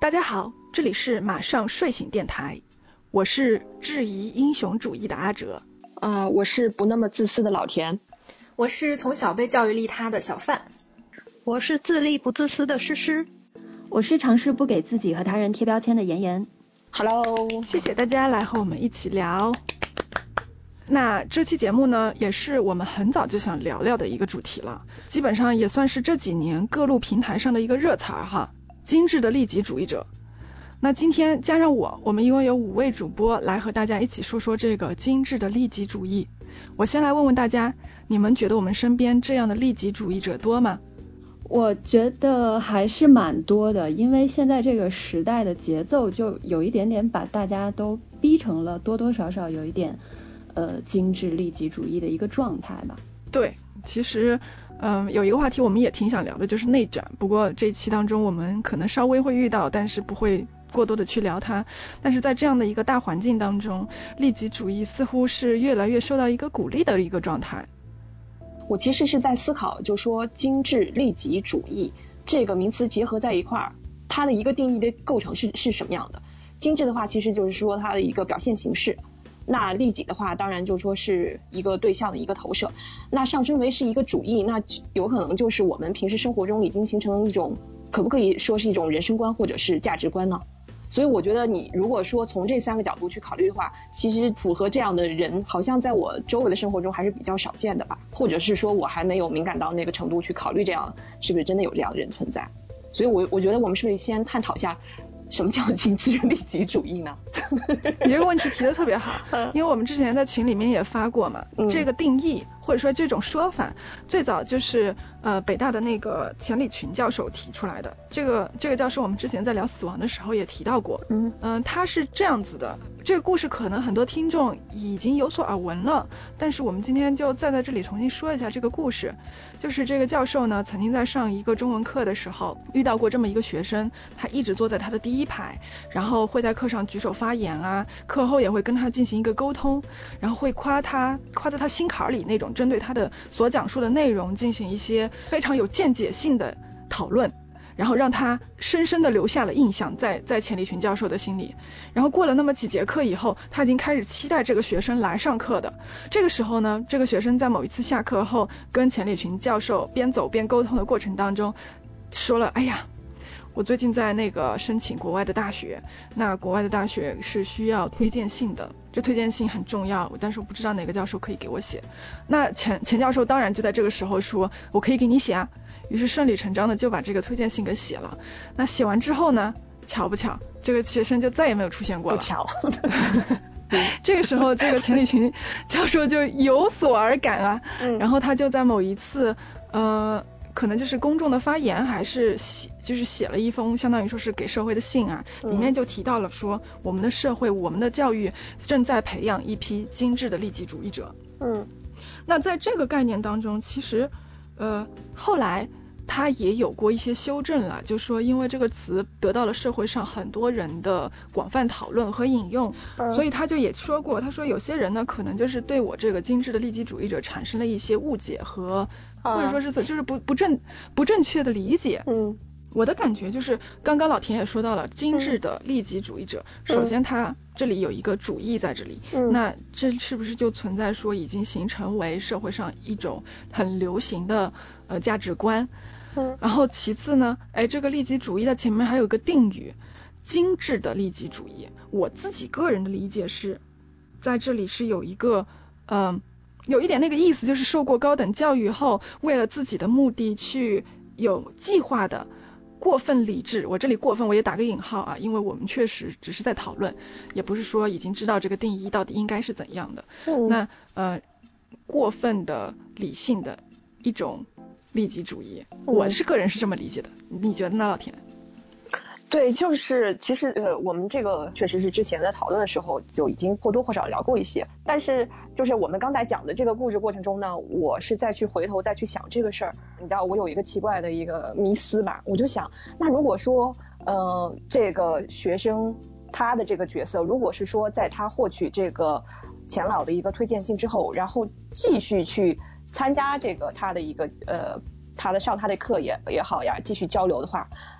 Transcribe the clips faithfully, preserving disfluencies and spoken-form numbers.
大家好，这里是马上睡醒电台，我是质疑英雄主义的阿哲。 呃，我是不那么自私的老田。 我是从小被教育利他的小范。 我是自立不自私的诗诗。 我是尝试不给自己和他人贴标签的妍妍。 Hello， 谢谢大家来和我们一起聊。那这期节目呢，也是我们很早就想聊聊的一个主题了，基本上也算是这几年各路平台上的一个热词儿哈，精致的利己主义者。那今天加上我，我们一共有五位主播来和大家一起说说这个精致的利己主义。我先来问问大家，你们觉得我们身边这样的利己主义者多吗？ 我觉得还是蛮多的，因为现在这个时代的节奏就有一点点把大家都逼成了多多少少有一点呃精致利己主义的一个状态吧。 对，其实嗯、呃，有一个话题我们也挺想聊的，就是内卷，不过这一期当中我们可能稍微会遇到，但是不会过多的去聊它。但是在这样的一个大环境当中，利己主义似乎是越来越受到一个鼓励的一个状态。 我其实是在思考，就说精致利己主义这个名词结合在一块儿，它的一个定义的构成是是什么样的？精致的话，其实就是说它的一个表现形式。那利己的话，当然就是说是一个对象的一个投射。那上升为是一个主义，那有可能就是我们平时生活中已经形成一种，可不可以说是一种人生观或者是价值观呢？所以我觉得你如果说从这三个角度去考虑的话，其实符合这样的人好像在我周围的生活中还是比较少见的吧，或者是说我还没有敏感到那个程度去考虑这样是不是真的有这样的人存在。所以我我觉得我们是不是先探讨一下什么叫精致利己主义呢？ 你这个问题提得特别好，因为我们之前在群里面也发过嘛，嗯、这个定义或者说这种说法最早就是呃北大的那个钱理群教授提出来的。这个这个教授我们之前在聊死亡的时候也提到过，嗯嗯、呃，他是这样子的，这个故事可能很多听众已经有所耳闻了，但是我们今天就再在这里重新说一下这个故事。就是这个教授呢曾经在上一个中文课的时候遇到过这么一个学生，他一直坐在他的第一排，然后会在课上举手发言啊，课后也会跟他进行一个沟通，然后会夸他夸在他心坎里那种针对他的所讲述的内容进行一些非常有见解性的讨论，然后让他深深的留下了印象在在钱理群教授的心里。然后过了那么几节课以后，他已经开始期待这个学生来上课的。这个时候呢，这个学生在某一次下课后跟钱理群教授边走边沟通的过程当中说了，哎呀，我最近在那个申请国外的大学，那国外的大学是需要推荐信的，这推荐信很重要，但是我不知道哪个教授可以给我写。那钱钱教授当然就在这个时候说，我可以给你写啊，于是顺理成章的就把这个推荐信给写了。那写完之后呢，巧不巧，这个学生就再也没有出现过了。 不巧。 这个时候这个钱理群教授就有所而感啊，嗯、然后他就在某一次呃可能就是公众的发言，还是写就是写了一封相当于说是给社会的信啊，里面就提到了说我们的社会我们的教育正在培养一批精致的利己主义者。嗯，那在这个概念当中，其实呃后来他也有过一些修正了，就说因为这个词得到了社会上很多人的广泛讨论和引用，嗯、所以他就也说过，他说有些人呢可能就是对我这个精致的利己主义者产生了一些误解和、啊、或者说是就是不不正不正确的理解。嗯，我的感觉就是刚刚老田也说到了精致的利己主义者，嗯、首先他这里有一个主义在这里，嗯、那这是不是就存在说已经形成为社会上一种很流行的呃价值观？嗯，然后其次呢，哎，这个利己主义的前面还有个定语，精致的利己主义。我自己个人的理解是，在这里是有一个，嗯、呃，有一点那个意思，就是受过高等教育后，为了自己的目的去有计划的过分理智。我这里过分我也打个引号啊，因为我们确实只是在讨论，也不是说已经知道这个定义到底应该是怎样的。嗯、那呃，过分的理性的一种利己主义，我是个人是这么理解的，你觉得呢，老田？ 对，就是其实呃，我们这个确实是之前在讨论的时候就已经或多或少聊过一些，但是就是我们刚才讲的这个故事过程中呢，我是再去回头再去想这个事儿，你知道我有一个奇怪的一个迷思吧，我就想，那如果说呃这个学生他的这个角色，如果是说在他获取这个钱老的一个推荐信之后，然后继续去参加这个他的一个呃他的上他的课也也好呀，继续交流的话，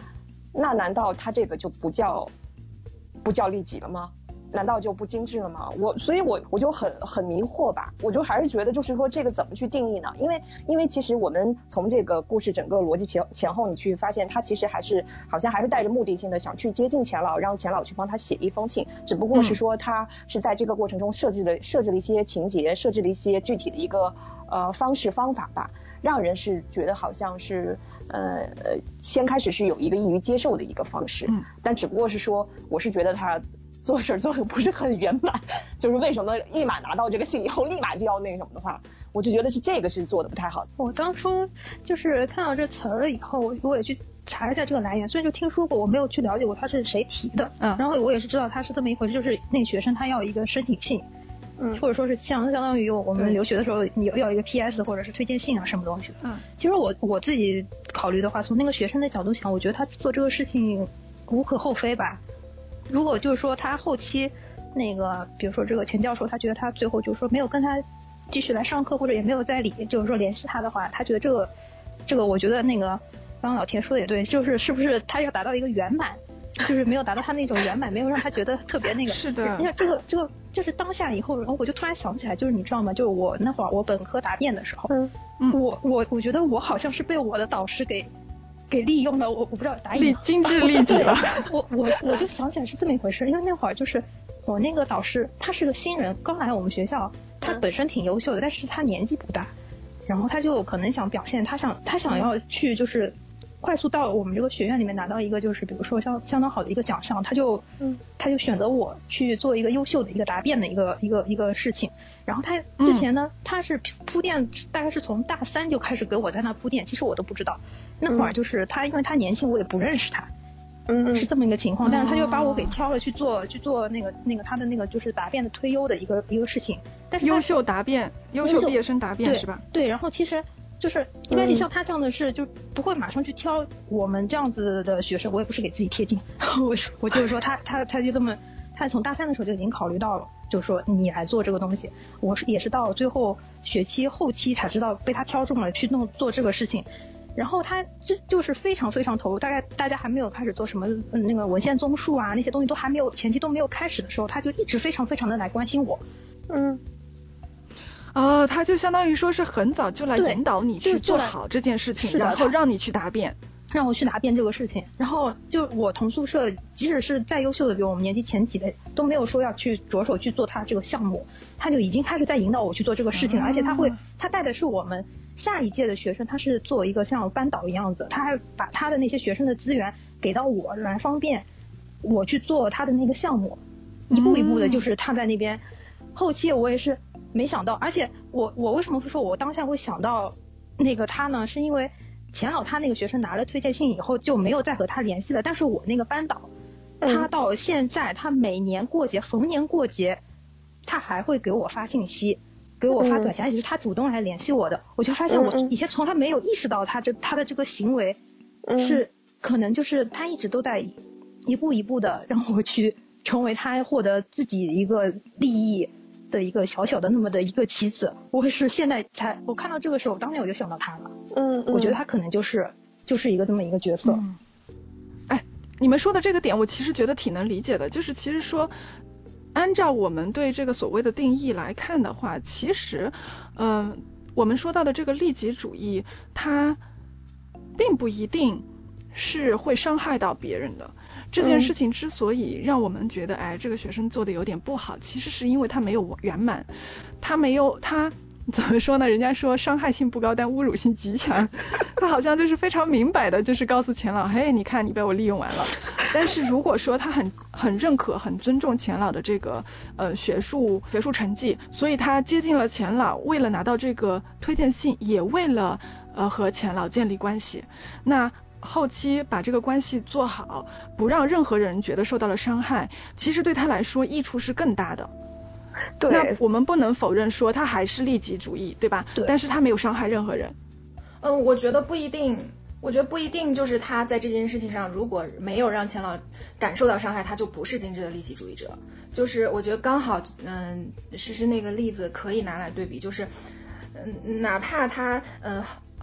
那难道他这个就不叫不叫利己了吗？难道就不精致了吗？我所以我我就很很迷惑吧，我就还是觉得就是说这个怎么去定义呢？因为因为其实我们从这个故事整个逻辑前前后你去发现，他其实还是好像还是带着目的性的想去接近钱老，让钱老去帮他写一封信，只不过是说他是在这个过程中设置了设置了一些情节，设置了一些具体的一个呃方式方法吧，让人是觉得好像是呃先开始是有一个易于接受的一个方式，嗯，但只不过是说我是觉得他做事做的不是很圆满，就是为什么立马拿到这个信以后立马就要那什么的话，我就觉得是这个是做的不太好。 我当初就是看到这词儿了以后，我我也去查一下这个来源，虽然就听说过，我没有去了解过他是谁提的，嗯，然后我也是知道他是这么一回事，就是那学生他要一个申请信，嗯，或者说是相相当于我们留学的时候你要一个 P S 或者是推荐信啊什么东西的，嗯，其实我我自己考虑的话，从那个学生的角度想，我觉得他做这个事情无可厚非吧。如果就是说他后期那个比如说这个钱教授他觉得他最后就是说没有跟他继续来上课，或者也没有再理就是说联系他的话，他觉得这个这个我觉得那个刚刚老田说的也对，就是是不是他要达到一个圆满，就是没有达到他那种圆满，没有让他觉得特别那个。 是的。 你看这个这个就是当下以后，然后我就突然想起来，就是你知道吗？就是我那会儿我本科答辩的时候，嗯嗯，我我我觉得我好像是被我的导师给给利用了，我我不知道答应精致利己了。 我我我就想起来是这么一回事，因为那会儿就是我那个导师他是个新人，刚来我们学校，他本身挺优秀的，但是他年纪不大，然后他就可能想表现，他想他想要去就是快速到我们这个学院里面拿到一个就是比如说相相当好的一个奖项，他就嗯他就选择我去做一个优秀的一个答辩的一个一个一个事情。然后他之前呢、嗯、他是铺垫大概是从大三就开始给我在那铺垫，其实我都不知道，那会儿就是他因为他年轻我也不认识他，嗯是这么一个情况，但是他就把我给挑了去做去做那个那个他的那个就是答辩的推优的一个一个事情。但是优秀答辩优秀毕业生答辩是吧？ 对，然后其实就是一般像他这样的是就不会马上去挑我们这样子的学生，我也不是给自己贴金，我我就是说他他他就这么他从大三的时候就已经考虑到了，就是说你来做这个东西，我是也是到最后学期后期才知道被他挑中了去弄做这个事情。然后他这就是非常非常投入，大概大家还没有开始做什么、嗯、那个文献综述啊那些东西都还没有前期都没有开始的时候，他就一直非常非常的来关心我。嗯哦，他就相当于说是很早就来引导你去做好这件事情，然后让你去答辩， 让我去答辩这个事情。然后就我同宿舍即使是再优秀的比我们年级前几的都没有说要去着手去做他这个项目，他就已经开始在引导我去做这个事情了、嗯、而且他会他带的是我们下一届的学生，他是做一个像班导一样子，他还把他的那些学生的资源给到我来方便我去做他的那个项目，一步一步的就是他在那边、嗯、后期我也是没想到。而且我我为什么会说我当下会想到那个他呢，是因为钱老他那个学生拿了推荐信以后就没有再和他联系了，但是我那个班导他到现在他每年过节逢年过节他还会给我发信息给我发短信，而且是他主动来联系我的。我就发现我以前从来没有意识到他这他的这个行为是可能就是他一直都在一步一步的让我去成为他获得自己一个利益的一个小小的那么的一个棋子。我是现在才我看到这个时候当年我就想到他了。嗯，我觉得他可能就是就是一个这么一个角色。 嗯，哎，你们说的这个点我其实觉得挺能理解的，就是其实说按照我们对这个所谓的定义来看的话，其实嗯、呃，我们说到的这个利己主义它并不一定是会伤害到别人的。这件事情之所以让我们觉得哎这个学生做的有点不好，其实是因为他没有圆满，他没有他怎么说呢，人家说伤害性不高但侮辱性极强，他好像就是非常明白的就是告诉钱老嘿你看你被我利用完了。但是如果说他很很认可很尊重钱老的这个呃学术学术成绩，所以他接近了钱老，为了拿到这个推荐信也为了呃和钱老建立关系，那后期把这个关系做好，不让任何人觉得受到了伤害，其实对他来说益处是更大的。对，那我们不能否认说他还是利己主义，对吧？对，但是他没有伤害任何人。 嗯，我觉得不一定，我觉得不一定就是他在这件事情上如果没有让钱老感受到伤害，他就不是精致的利己主义者。就是我觉得刚好嗯，诗诗那个例子可以拿来对比，就是嗯，哪怕他嗯。呃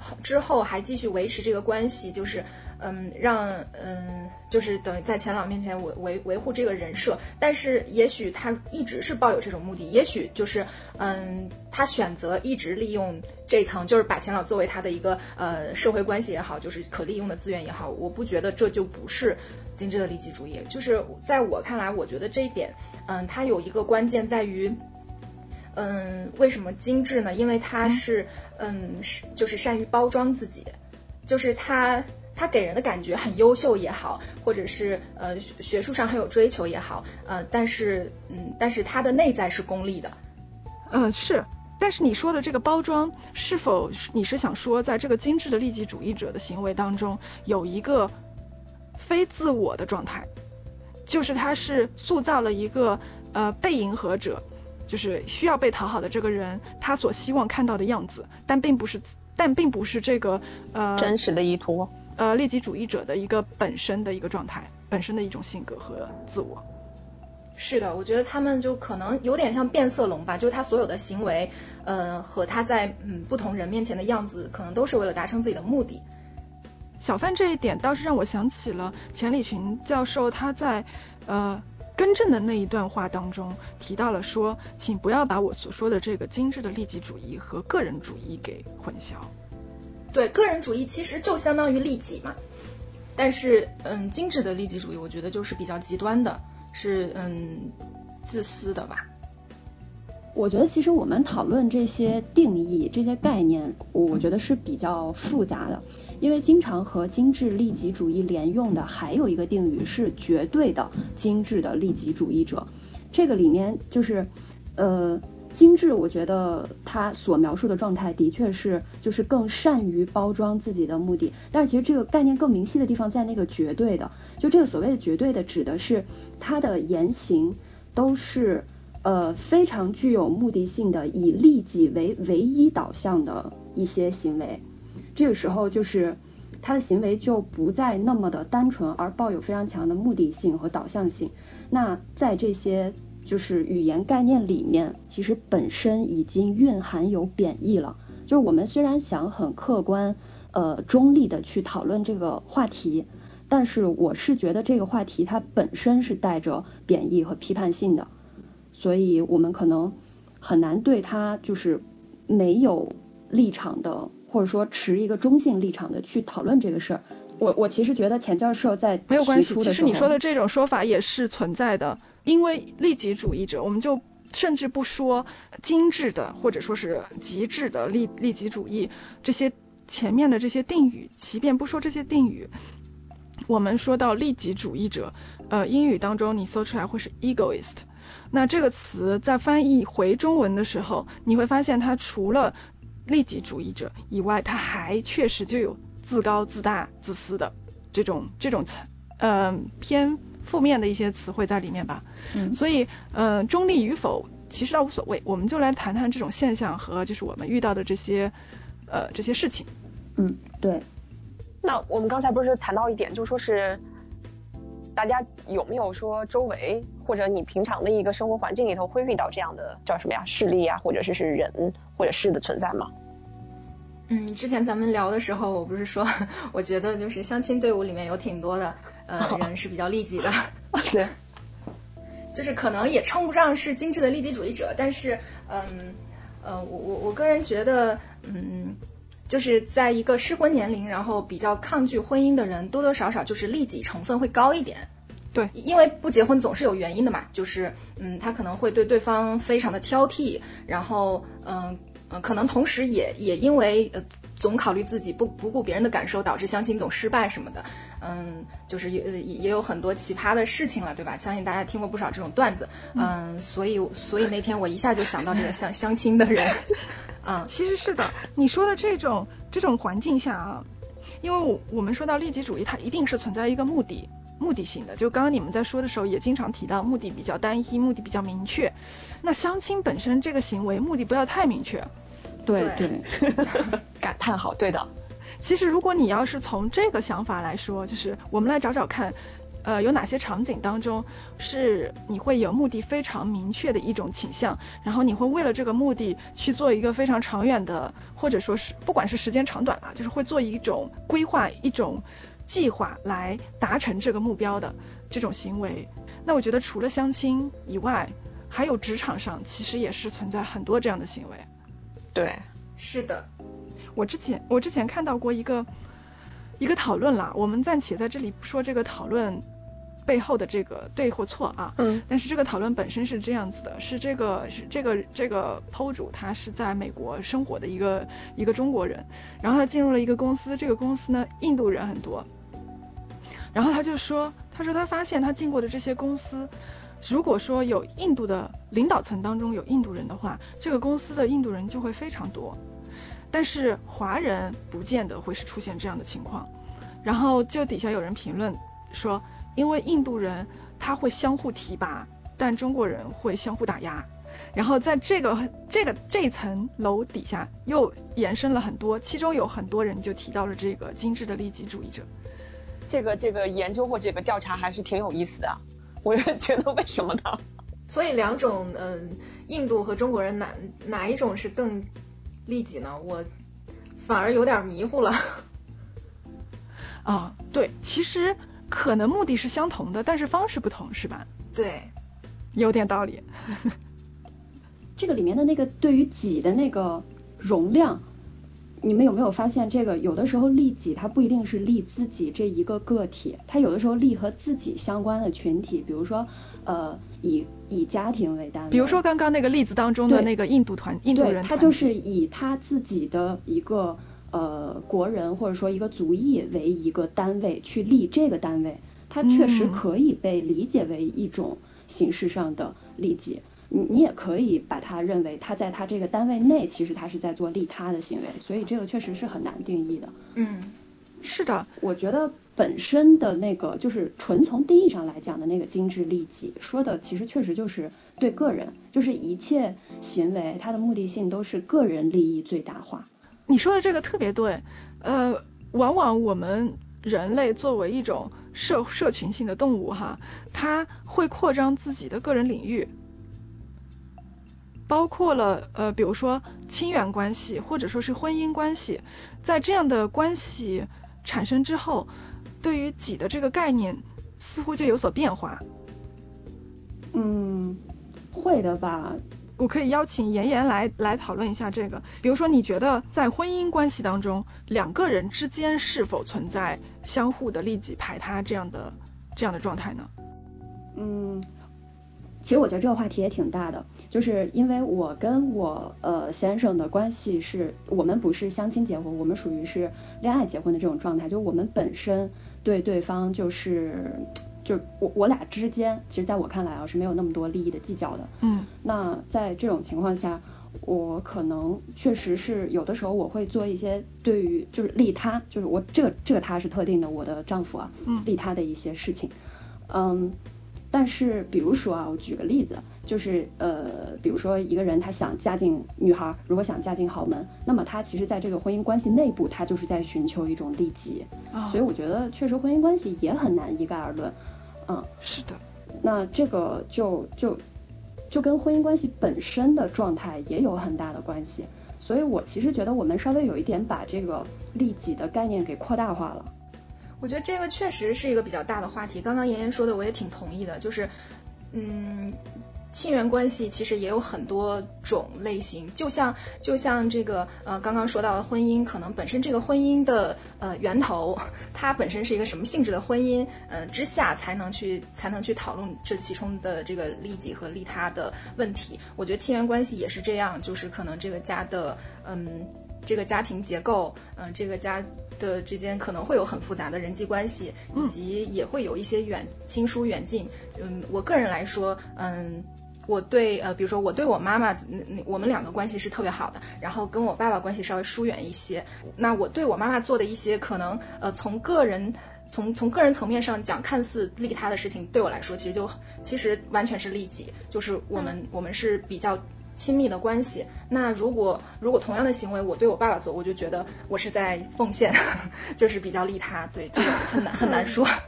之后还继续维持这个关系，就是嗯让嗯就是等于在钱老面前维维维护这个人设，但是也许他一直是抱有这种目的，也许就是嗯他选择一直利用这层，就是把钱老作为他的一个呃社会关系也好，就是可利用的资源也好，我不觉得这就不是精致的利己主义。就是在我看来，我觉得这一点嗯它有一个关键在于。嗯，为什么精致呢？因为他是，嗯，是就是善于包装自己，就是他他给人的感觉很优秀也好，或者是呃学术上很有追求也好，呃，但是嗯，但是他的内在是功利的。 呃，是，但是你说的这个包装，是否你是想说，在这个精致的利己主义者的行为当中，有一个非自我的状态，就是他是塑造了一个呃被迎合者。就是需要被讨好的这个人，他所希望看到的样子，但并不是，但并不是这个呃真实的意图， 呃利己主义者的一个本身的一个状态，本身的一种性格和自我。 是的，我觉得他们就可能有点像变色龙吧，就是他所有的行为，呃，和他在嗯不同人面前的样子，可能都是为了达成自己的目的。 小范这一点倒是让我想起了钱理群教授他在呃。更正的那一段话当中提到了说，请不要把我所说的这个精致的利己主义和个人主义给混淆。 对，个人主义其实就相当于利己嘛，但是嗯，精致的利己主义我觉得就是比较极端的，是嗯自私的吧。 我觉得其实我们讨论这些定义、这些概念，我觉得是比较复杂的。因为经常和精致利己主义连用的还有一个定语是绝对的精致的利己主义者，这个里面就是呃精致，我觉得他所描述的状态的确是就是更善于包装自己的目的，但是其实这个概念更明晰的地方在那个绝对的，就这个所谓的绝对的指的是他的言行都是呃非常具有目的性的，以利己为唯一导向的一些行为。这个时候就是他的行为就不再那么的单纯，而抱有非常强的目的性和导向性。那在这些就是语言概念里面，其实本身已经蕴含有贬义了。就是我们虽然想很客观呃中立的去讨论这个话题，但是我是觉得这个话题它本身是带着贬义和批判性的，所以我们可能很难对它就是没有立场的，或者说持一个中性立场的去讨论这个事儿。我我其实觉得钱教授在没有关系，其实你说的这种说法也是存在的，因为利己主义者，我们就甚至不说精致的或者说是极致的利利己主义这些前面的这些定语，即便不说这些定语，我们说到利己主义者，呃，英语当中你搜出来会是 egoist， 那这个词在翻译回中文的时候，你会发现它除了利己主义者以外，它还确实就有自高自大自私的这种这种呃偏负面的一些词汇在里面吧。嗯，所以呃中立与否其实倒无所谓，我们就来谈谈这种现象和就是我们遇到的这些呃这些事情。 嗯，对。 那我们刚才不是谈到一点，就说是大家有没有说周围或者你平常的一个生活环境里头会遇到这样的叫什么呀势力啊，或者是是人或者事的存在吗？ 嗯，之前咱们聊的时候，我不是说我觉得就是相亲队伍里面有挺多的呃人是比较利己的， 对， 就是可能也称不上是精致的利己主义者，但是嗯呃我我我个人觉得嗯。就是在一个适婚年龄，然后比较抗拒婚姻的人，多多少少就是利己成分会高一点。 对， 因为不结婚总是有原因的嘛，就是嗯，他可能会对对方非常的挑剔，然后嗯呃，可能同时也也因为呃总考虑自己不不顾别人的感受，导致相亲总失败什么的，嗯，就是也也有很多奇葩的事情了，对吧？相信大家听过不少这种段子，嗯，所以所以那天我一下就想到这个相相亲的人。嗯， 其实是的，你说的这种这种环境下啊，因为我我们说到利己主义，它一定是存在一个目的目的性的。就刚刚你们在说的时候，也经常提到目的比较单一，目的比较明确。那相亲本身这个行为目的不要太明确。 对对， 感叹好，对的。 其实如果你要是从这个想法来说，就是我们来找找看， 呃有哪些场景当中是你会有目的非常明确的一种倾向，然后你会为了这个目的去做一个非常长远的，或者说是不管是时间长短啦，就是会做一种规划，一种计划来达成这个目标的这种行为。那我觉得除了相亲以外，还有职场上其实也是存在很多这样的行为。 对， 是的。 我之前我之前看到过一个一个讨论啦，我们暂且在这里不说这个讨论背后的这个对或错啊， 嗯， 但是这个讨论本身是这样子的，是这个是这个这个 P O 主他是在美国生活的一个一个中国人，然后他进入了一个公司，这个公司呢印度人很多，然后他就说他说他发现他进过的这些公司，如果说有印度的领导层当中有印度人的话，这个公司的印度人就会非常多，但是华人不见得会是出现这样的情况。然后就底下有人评论说，因为印度人他会相互提拔，但中国人会相互打压。然后在这个这个这一层楼底下又延伸了很多，其中有很多人就提到了这个精致的利己主义者。 这个这个研究或这个调查还是挺有意思的，我也觉得为什么呢？ 所以两种嗯、呃，印度和中国人哪哪一种是更利己呢？我反而有点迷糊了。 啊，对，其实可能目的是相同的，但是方式不同，是吧？ 对， 有点道理。 这个里面的那个对于己的那个容量，你们有没有发现，这个有的时候利己它不一定是利自己这一个个体，它有的时候利和自己相关的群体，比如说呃以以家庭为单位， 比如说刚刚那个例子当中的那个印度团印度人团体， 对，他就是以他自己的一个呃国人或者说一个族裔为一个单位去立这个单位，它确实可以被理解为一种形式上的利己。你你也可以把它认为他在他这个单位内其实他是在做利他的行为，所以这个确实是很难定义的。 嗯， 是的， 我觉得本身的那个就是纯从定义上来讲的那个精致利己，说的其实确实就是对个人，就是一切行为它的目的性都是个人利益最大化。 你说的这个特别对，呃，往往我们人类作为一种社社群性的动物哈，它会扩张自己的个人领域，包括了呃，比如说亲缘关系或者说是婚姻关系，在这样的关系产生之后，对于己的这个概念似乎就有所变化。 嗯，会的吧。 我可以邀请妍妍来来讨论一下这个，比如说你觉得在婚姻关系当中，两个人之间是否存在相互的利己排他这样的这样的状态呢？ 嗯，其实我觉得这个话题也挺大的，就是因为我跟我呃先生的关系是，我们不是相亲结婚，我们属于是恋爱结婚的这种状态，就我们本身对对方就是就我我俩之间，其实在我看来啊是没有那么多利益的计较的。 嗯， 那在这种情况下，我可能确实是有的时候我会做一些对于就是利他，就是我这个这个他是特定的我的丈夫啊， 嗯， 利他的一些事情，嗯。但是比如说啊，我举个例子，就是呃，比如说一个人他想嫁进女孩，如果想嫁进豪门，那么他其实在这个婚姻关系内部，他就是在寻求一种利己， 哦， 所以我觉得确实婚姻关系也很难一概而论。嗯， 是的。 那这个就就就跟婚姻关系本身的状态也有很大的关系，所以我其实觉得我们稍微有一点把这个利己的概念给扩大化了。 我觉得这个确实是一个比较大的话题，刚刚妍妍说的我也挺同意的，就是嗯亲缘关系其实也有很多种类型，就像就像这个呃刚刚说到的婚姻，可能本身这个婚姻的呃源头，它本身是一个什么性质的婚姻，呃之下才能去才能去讨论这其中的这个利己和利他的问题。我觉得亲缘关系也是这样，就是可能这个家的嗯这个家庭结构，嗯、呃、这个家的之间可能会有很复杂的人际关系，以及也会有一些远亲疏远近。嗯，我个人来说，嗯。我对呃，比如说我对我妈妈，我们两个关系是特别好的，然后跟我爸爸关系稍微疏远一些。那我对我妈妈做的一些可能呃，从个人从从个人层面上讲，看似利他的事情，对我来说其实就其实完全是利己，就是我们、嗯、我们是比较亲密的关系。那如果如果同样的行为我对我爸爸做，我就觉得我是在奉献，就是比较利他。对，这个很难很难说。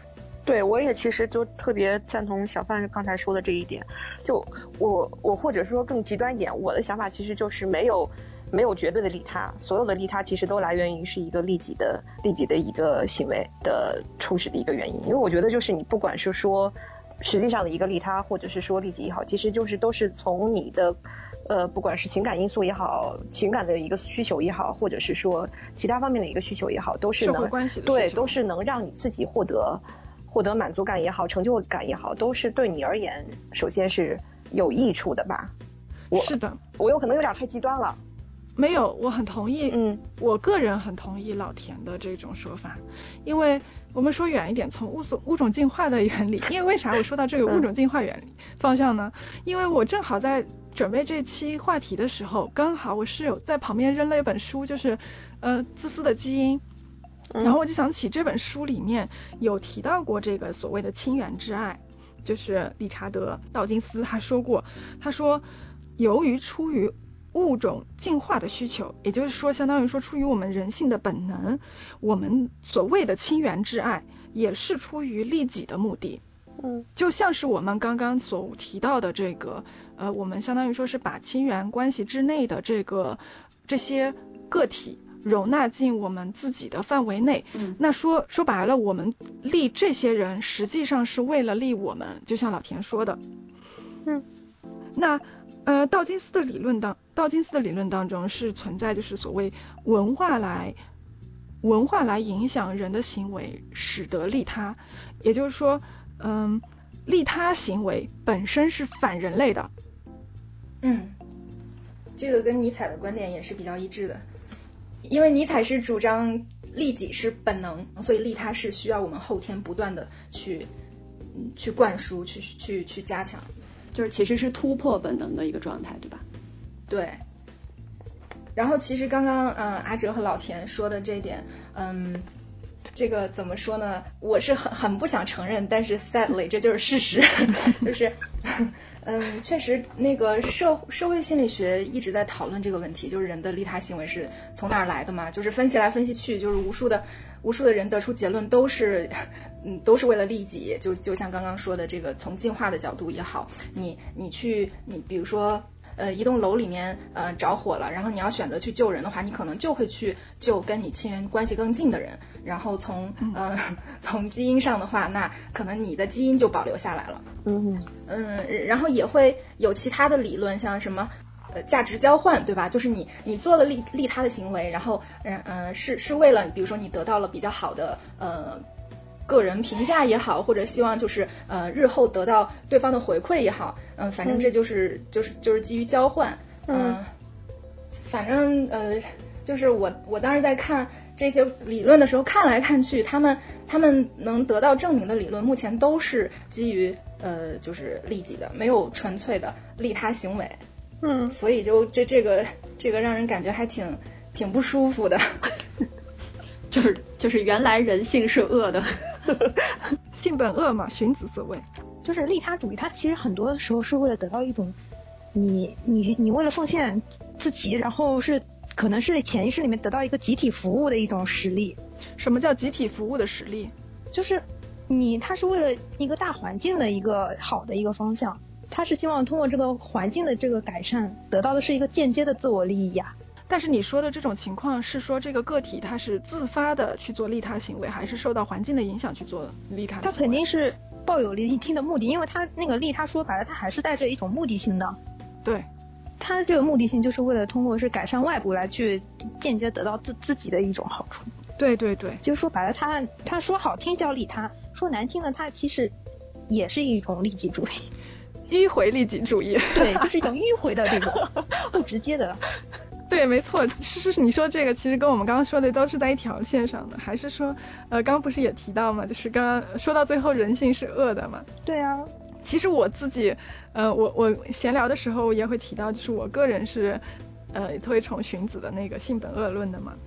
对，我也其实就特别赞同小范刚才说的这一点。就我我或者说更极端一点，我的想法其实就是没有没有绝对的利他，所有的利他其实都来源于是一个利己的利己的一个行为的初始的一个原因。因为我觉得就是你不管是说实际上的一个利他，或者是说利己也好，其实就是都是从你的呃不管是情感因素也好，情感的一个需求也好，或者是说其他方面的一个需求也好，都是能社会关系的对都是能让你自己获得获得满足感也好，成就感也好，都是对你而言首先是有益处的吧。我是的， 我有可能有点太极端了。 没有，我很同意， 嗯， 我个人很同意老田的这种说法，因为我们说远一点，从物所物种进化的原理，因为为啥我说到这个物种进化原理方向呢？因为我正好在准备这期话题的时候，刚好我室友在旁边扔了一本书，就是呃自私的基因。然后我就想起这本书里面有提到过这个所谓的亲缘之爱，就是理查德·道金斯他说过，他说由于出于物种进化的需求，也就是说相当于说出于我们人性的本能，我们所谓的亲缘之爱也是出于利己的目的。 嗯， 就像是我们刚刚所提到的这个呃，我们相当于说是把亲缘关系之内的这个这些个体容纳进我们自己的范围内， 嗯， 那说说白了，我们利这些人实际上是为了利我们，就像老田说的， 嗯， 那呃道金斯的理论当道金斯的理论当中是存在就是所谓文化来文化来影响人的行为，使得利他，也就是说，嗯，利他行为本身是反人类的。 嗯，这个跟尼采的观点也是比较一致的。因为尼采是主张利己是本能，所以利他是需要我们后天不断的去嗯去灌输去去去加强， 就是其实是突破本能的一个状态，对吧？ 对。然后其实刚刚嗯阿哲和老田说的这一点，嗯这个怎么说呢，我是很很不想承认，但是 sadly 这就是事实。就是嗯确实那个社社会心理学一直在讨论这个问题，就是人的利他行为是从哪儿来的嘛，就是分析来分析去，就是无数的无数的人得出结论都是嗯都是为了利己，就就像刚刚说的这个从进化的角度也好，你你去你比如说呃，一栋楼里面呃着火了，然后你要选择去救人的话，你可能就会去救跟你亲缘关系更近的人。然后从呃从基因上的话，那可能你的基因就保留下来了。 嗯嗯，然后也会有其他的理论，像什么呃价值交换，对吧？就是你你做了利利他的行为，然后嗯呃是是为了比如说你得到了比较好的呃。个人评价也好，或者希望就是呃日后得到对方的回馈也好，嗯、呃，反正这就是、嗯、就是就是基于交换，嗯、呃，反正呃就是我我当时在看这些理论的时候，看来看去，他们他们能得到证明的理论，目前都是基于呃就是利己的，没有纯粹的利他行为， 嗯， 所以就这这个这个让人感觉还挺挺不舒服的。 就是就是原来人性是恶的。 性本恶嘛，荀子所谓。 就是利他主义，它其实很多时候是为了得到一种你你你为了奉献自己，然后是可能是潜意识里面得到一个集体服务的一种实力。 什么叫集体服务的实力？ 就是你他是为了一个大环境的一个好的一个方向，他是希望通过这个环境的这个改善得到的是一个间接的自我利益呀。 但是你说的这种情况是说这个个体他是自发的去做利他行为，还是受到环境的影响去做利他行为？ 他肯定是抱有一定的目的，因为他那个利他说白了他还是带着一种目的性的。 对， 他这个目的性就是为了通过是改善外部来去间接得到自自己的一种好处。 对对对， 就说白了他他说好听叫利他，说难听的他其实也是一种利己主义， 迂回利己主义。 对，就是一种迂回的这种不直接的。 对，没错，是是你说这个其实跟我们刚刚说的都是在一条线上的，还是说呃刚刚不是也提到嘛，就是刚刚说到最后人性是恶的嘛。 对啊， 其实我自己呃我我闲聊的时候也会提到，就是我个人是呃推崇荀子的那个性本恶论的嘛。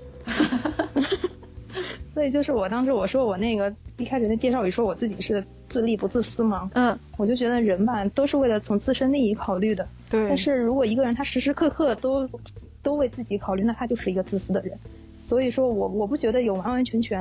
所以就是我当时我说我那个一开始的介绍语说我自己是自利不自私嘛， 嗯， 我就觉得人吧都是为了从自身利益考虑的， 对。 但是如果一个人他时时刻刻都都为自己考虑，那他就是一个自私的人。所以说我我不觉得有完完全全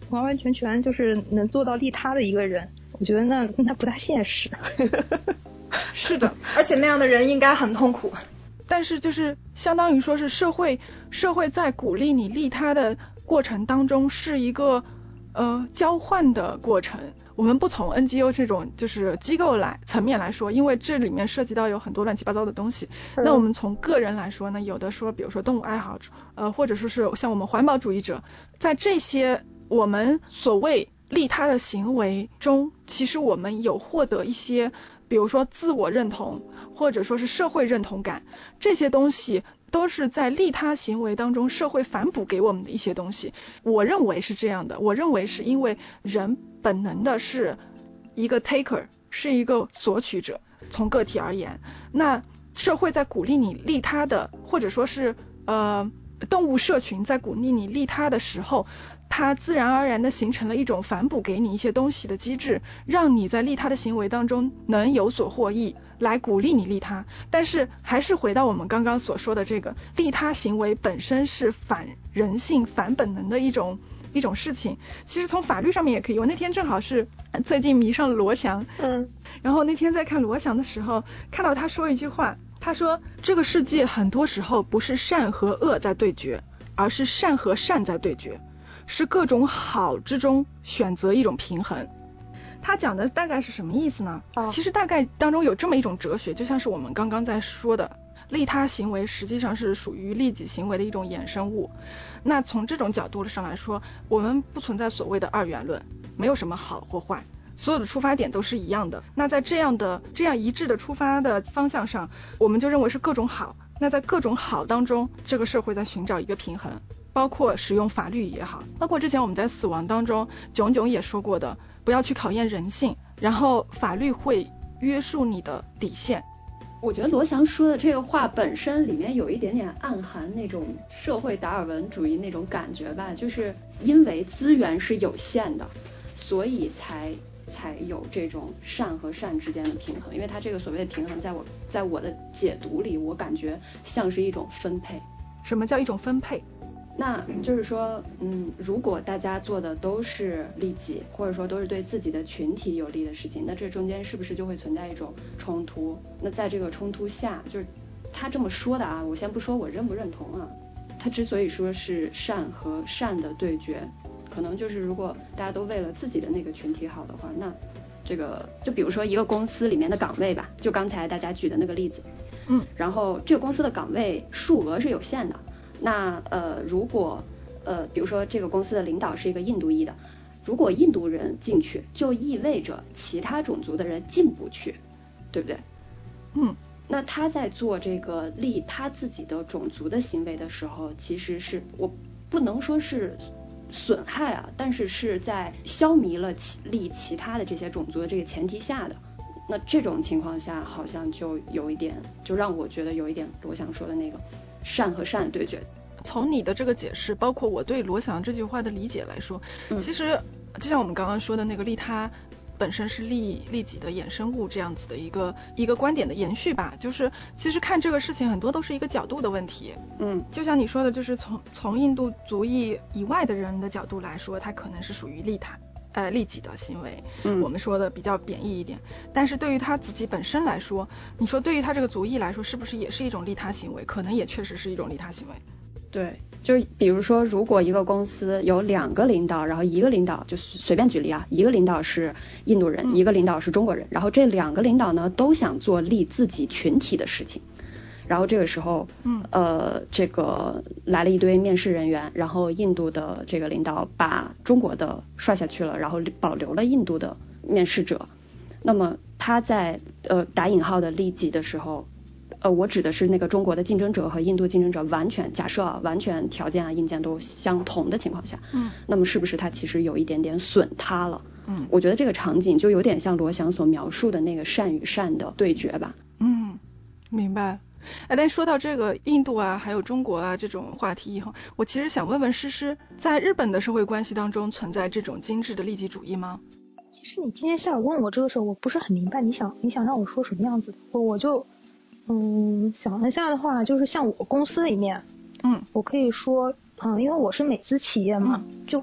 完完全全就是能做到利他的一个人，我觉得那那不大现实。 是的，而且那样的人应该很痛苦。 但是就是相当于说是社会社会在鼓励你利他的过程当中是一个呃交换的过程。我们不从 N G O 这种就是机构来层面来说，因为这里面涉及到有很多乱七八糟的东西。嗯、那我们从个人来说呢，有的说比如说动物爱好者，呃或者说是像我们环保主义者，在这些我们所谓利他的行为中，其实我们有获得一些比如说自我认同或者说是社会认同感，这些东西都是在利他行为当中社会反哺给我们的一些东西。我认为是这样的，我认为是因为人本能的是一个 taker， 是一个索取者，从个体而言，那社会在鼓励你利他的，或者说是呃动物社群在鼓励你利他的时候，它自然而然的形成了一种反哺给你一些东西的机制，让你在利他的行为当中能有所获益，来鼓励你利他。但是还是回到我们刚刚所说的这个利他行为本身是反人性反本能的一种一种事情。其实从法律上面也可以，我那天正好是最近迷上了罗翔，嗯，然后那天在看罗翔的时候看到他说一句话，他说这个世界很多时候不是善和恶在对决，而是善和善在对决，是各种好之中选择一种平衡。他讲的大概是什么意思呢？哦、其实大概当中有这么一种哲学，就像是我们刚刚在说的，利他行为实际上是属于利己行为的一种衍生物。那从这种角度上来说，我们不存在所谓的二元论，没有什么好或坏，所有的出发点都是一样的。那在这样的这样一致的出发的方向上，我们就认为是各种好。那在各种好当中，这个社会在寻找一个平衡，包括使用法律也好，包括之前我们在死亡当中炯炯也说过的，不要去考验人性，然后法律会约束你的底线。 我觉得罗翔说的这个话本身里面有一点点暗含那种社会达尔文主义那种感觉吧，就是因为资源是有限的，所以才才有这种善和善之间的平衡。因为他这个所谓的平衡，在我在我的解读里，我感觉像是一种分配。 什么叫一种分配？ 那就是说，嗯，如果大家做的都是利己，或者说都是对自己的群体有利的事情，那这中间是不是就会存在一种冲突？那在这个冲突下，就是他这么说的啊，我先不说我认不认同啊，他之所以说是善和善的对决，可能就是如果大家都为了自己的那个群体好的话，那这个就比如说一个公司里面的岗位吧，就刚才大家举的那个例子，嗯，然后这个公司的岗位数额是有限的。那呃，如果呃，比如说这个公司的领导是一个印度裔的，如果印度人进去，就意味着其他种族的人进不去，对不对？嗯，那他在做这个利他自己的种族的行为的时候，其实是我不能说是损害啊，但是是在消弭了其利其他的这些种族的这个前提下的。那这种情况下，好像就有一点，就让我觉得有一点罗翔说的那个善和善对决。 从你的这个解释，包括我对罗翔这句话的理解来说，嗯、其实就像我们刚刚说的那个利他本身是利利己的衍生物这样子的一个一个观点的延续吧，就是其实看这个事情很多都是一个角度的问题。嗯，就像你说的，就是从从印度族裔以外的人的角度来说，它可能是属于利他呃利己的行为，嗯，我们说的比较贬义一点。但是对于他自己本身来说，你说对于他这个族裔来说，是不是也是一种利他行为？可能也确实是一种利他行为。 对，就是比如说，如果一个公司有两个领导，然后一个领导就是随便举例啊，一个领导是印度人，嗯、一个领导是中国人，然后这两个领导呢都想做利自己群体的事情。然后这个时候，嗯，呃，这个来了一堆面试人员，然后印度的这个领导把中国的刷下去了，然后保留了印度的面试者。那么他在呃打引号的利己的时候，呃，我指的是那个中国的竞争者和印度竞争者完全假设啊，完全条件啊硬件都相同的情况下，嗯，那么是不是他其实有一点点损他了？嗯，我觉得这个场景就有点像罗翔所描述的那个善与善的对决吧。 嗯，明白。哎，但说到这个印度啊，还有中国啊这种话题以后，我其实想问问诗诗，在日本的社会关系当中存在这种精致的利己主义吗？ 其实你今天下午问我这个时候，我不是很明白你想你想让我说什么样子的，我我就嗯想了一下的话，就是像我公司里面，嗯，我可以说，嗯，因为我是美资企业嘛，嗯、就不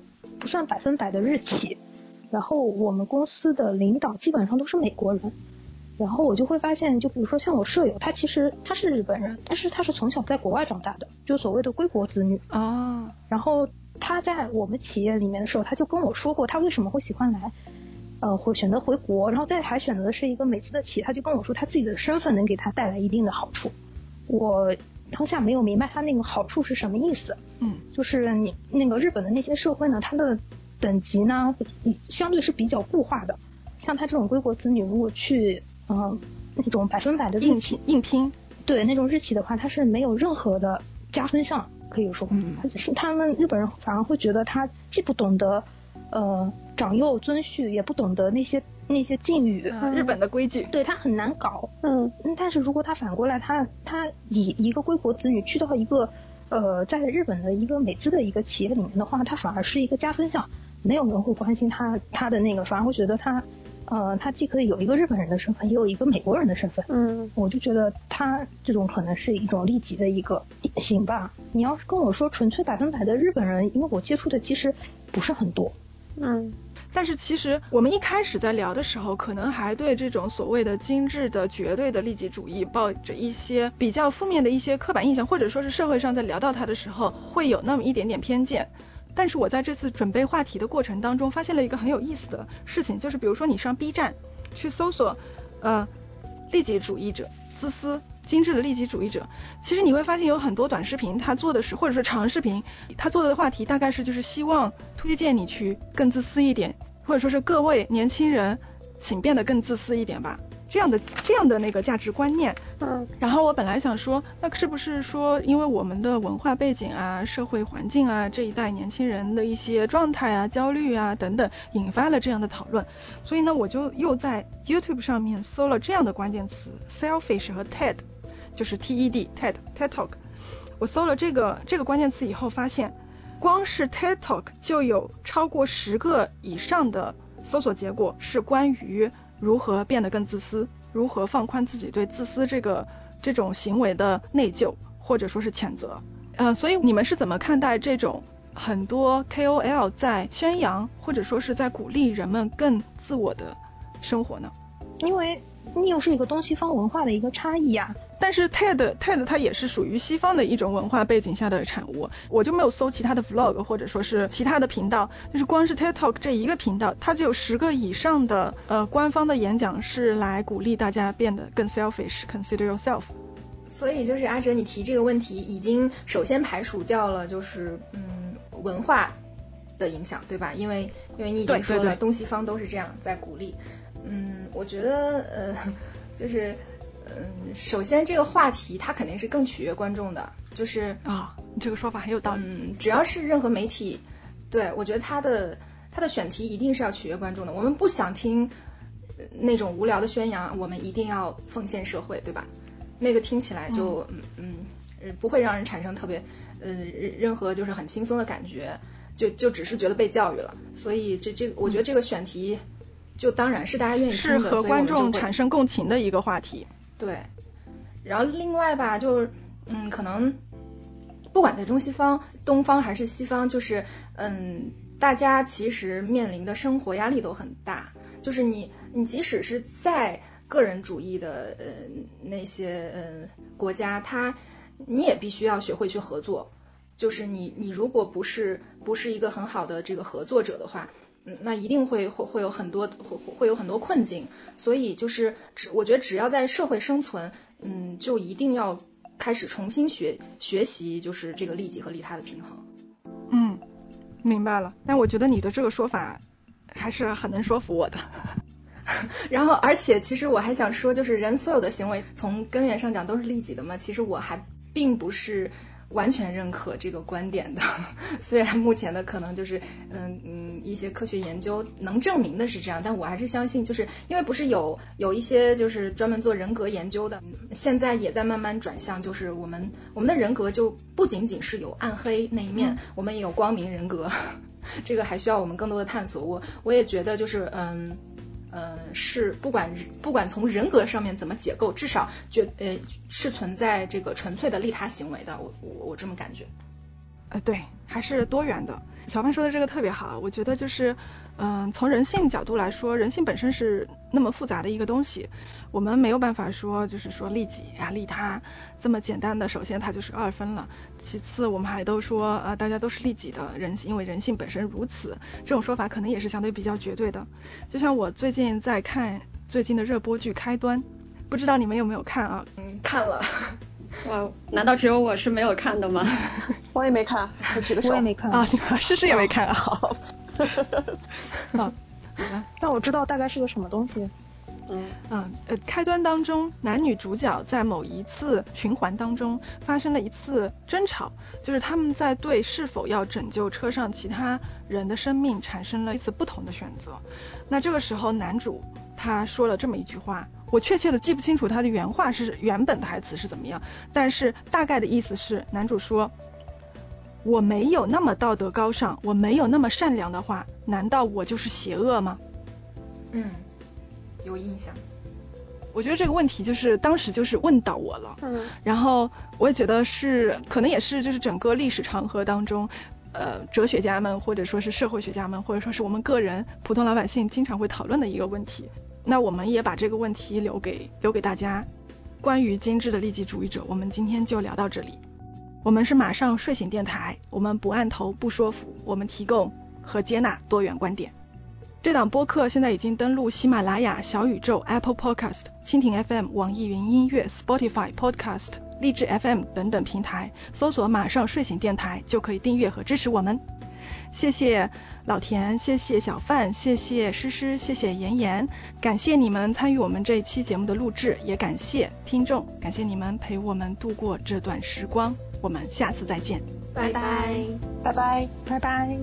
算百分百的日企，然后我们公司的领导基本上都是美国人。然后我就会发现，就比如说像我舍友，他其实他是日本人，但是他是从小在国外长大的，就所谓的归国子女啊。 然后他在我们企业里面的时候，他就跟我说过他为什么会喜欢来，呃，会选择回国，然后再还选择的是一个美资的企业，他就跟我说他自己的身份能给他带来一定的好处。我当下没有明白他那个好处是什么意思， 嗯， 就是你那个日本的那些社会呢，它的等级呢相对是比较固化的，像他这种归国子女如果去嗯、呃，那种百分百的日企硬拼， 对那种日企的话，它是没有任何的加分项，可以说， 嗯， 他们日本人反而会觉得他既不懂得呃长幼尊序，也不懂得那些那些敬语， 嗯、日本的规矩， 对他很难搞。嗯，但是如果他反过来，他他以一个归国子女去到一个呃在日本的一个美资的一个企业里面的话，他反而是一个加分项，没有人会关心他他的那个，反而会觉得他。呃，他既可以有一个日本人的身份，也有一个美国人的身份。嗯，我就觉得他这种可能是一种利己的一个典型吧。你要是跟我说纯粹百分百的日本人，因为我接触的其实不是很多。 嗯，但是其实我们一开始在聊的时候，可能还对这种所谓的精致的绝对的利己主义抱着一些比较负面的一些刻板印象，或者说是社会上在聊到它的时候会有那么一点点偏见。但是我在这次准备话题的过程当中发现了一个很有意思的事情，就是比如说你上 B 站去搜索呃利己主义者、自私精致的利己主义者，其实你会发现有很多短视频他做的是，或者是长视频他做的话题大概是就是希望推荐你去更自私一点，或者说是各位年轻人请变得更自私一点吧，这样的这样的那个价值观念。嗯，然后我本来想说，那是不是说因为我们的文化背景啊、社会环境啊、这一代年轻人的一些状态啊、焦虑啊等等，引发了这样的讨论。所以呢，我就又在 YouTube 上面搜了这样的关键词 selfish 和 TED， 就是 T E D TED TED Talk。我搜了这个这个关键词以后，发现光是 TED Talk 就有超过十个以上的搜索结果是关于如何变得更自私，如何放宽自己对自私这个这种行为的内疚或者说是谴责。呃，所以你们是怎么看待这种很多 K O L 在宣扬或者说是在鼓励人们更自我的生活呢？ 因为你又是一个东西方文化的一个差异啊。 但是 TED TED 它也是属于西方的一种文化背景下的产物，我就没有搜其他的 vlog 或者说是其他的频道，就是光是 TED Talk 这一个频道，它就有十个以上的呃官方的演讲是来鼓励大家变得更 selfish consider yourself。 所以就是阿哲你提这个问题已经首先排除掉了就是嗯文化的影响，对吧？因为因为你已经说了，对对对，东西方都是这样在鼓励。嗯，我觉得呃就是嗯，首先这个话题它肯定是更取悦观众的，就是啊、哦，这个说法很有道理。 嗯，只要是任何媒体，对，我觉得它的它的选题一定是要取悦观众的。我们不想听那种无聊的宣扬，我们一定要奉献社会，对吧？那个听起来就嗯嗯不会让人产生特别呃任何就是很轻松的感觉，就就只是觉得被教育了。所以这这我觉得这个选题就当然是大家愿意听的， 是和观众产生共情的一个话题。 对，然后另外吧，就是嗯，可能不管在中西方、东方还是西方，就是嗯，大家其实面临的生活压力都很大。就是你，你即使是在个人主义的呃那些呃国家，他你也必须要学会去合作。就是你，你如果不是不是一个很好的这个合作者的话，嗯，那一定会会会有很多会会有很多困境。所以就是只我觉得只要在社会生存，嗯，就一定要开始重新学学习，就是这个利己和利他的平衡。 嗯，明白了。但我觉得你的这个说法还是很能说服我的。 然后，而且其实我还想说，就是人所有的行为从根源上讲都是利己的嘛。其实我还并不是完全认可这个观点的，虽然目前的可能就是嗯嗯一些科学研究能证明的是这样，但我还是相信，就是因为不是有有一些就是专门做人格研究的，现在也在慢慢转向，就是我们我们的人格就不仅仅是有暗黑那一面，嗯、我们也有光明人格，这个还需要我们更多的探索。我我也觉得就是嗯。呃，是不管不管从人格上面怎么解构，至少觉呃是存在这个纯粹的利他行为的，我我我这么感觉。 呃，对，还是多元的。小范说的这个特别好，我觉得就是，嗯、呃，从人性角度来说，人性本身是那么复杂的一个东西，我们没有办法说就是说利己呀、利他这么简单的。首先它就是二分了，其次我们还都说呃大家都是利己的人性，因为人性本身如此，这种说法可能也是相对比较绝对的。就像我最近在看最近的热播剧《开端》，不知道你们有没有看啊？ 嗯，看了。 哇，难道只有我是没有看的吗？ 我也没看，我举个手。 我也没看啊，诗诗也没看啊。好。 好，但我知道大概是个什么东西。 嗯嗯呃，开端当中，男女主角在某一次循环当中发生了一次争吵，就是他们在对是否要拯救车上其他人的生命产生了一次不同的选择。那这个时候，男主他说了这么一句话，我确切的记不清楚他的原话是原本台词是怎么样，但是大概的意思是，男主说，我没有那么道德高尚，我没有那么善良的话，难道我就是邪恶吗？ 嗯，有印象。 我觉得这个问题就是当时就是问到我了，嗯，然后我也觉得是可能也是就是整个历史长河当中，呃，哲学家们或者说是社会学家们或者说是我们个人普通老百姓经常会讨论的一个问题。那我们也把这个问题留给留给大家。关于精致的利己主义者，我们今天就聊到这里。我们是马上睡醒电台，我们不按头不说服，我们提供和接纳多元观点。这档播客现在已经登录喜马拉雅、小宇宙、Apple Podcast、蜻蜓 F M、网易云音乐、Spotify Podcast、荔枝 F M 等等平台，搜索马上睡醒电台就可以订阅和支持我们。谢谢老田，谢谢小范，谢谢诗诗，谢谢妍妍，感谢你们参与我们这一期节目的录制，也感谢听众，感谢你们陪我们度过这段时光，我们下次再见， 拜拜， 拜拜， 拜拜。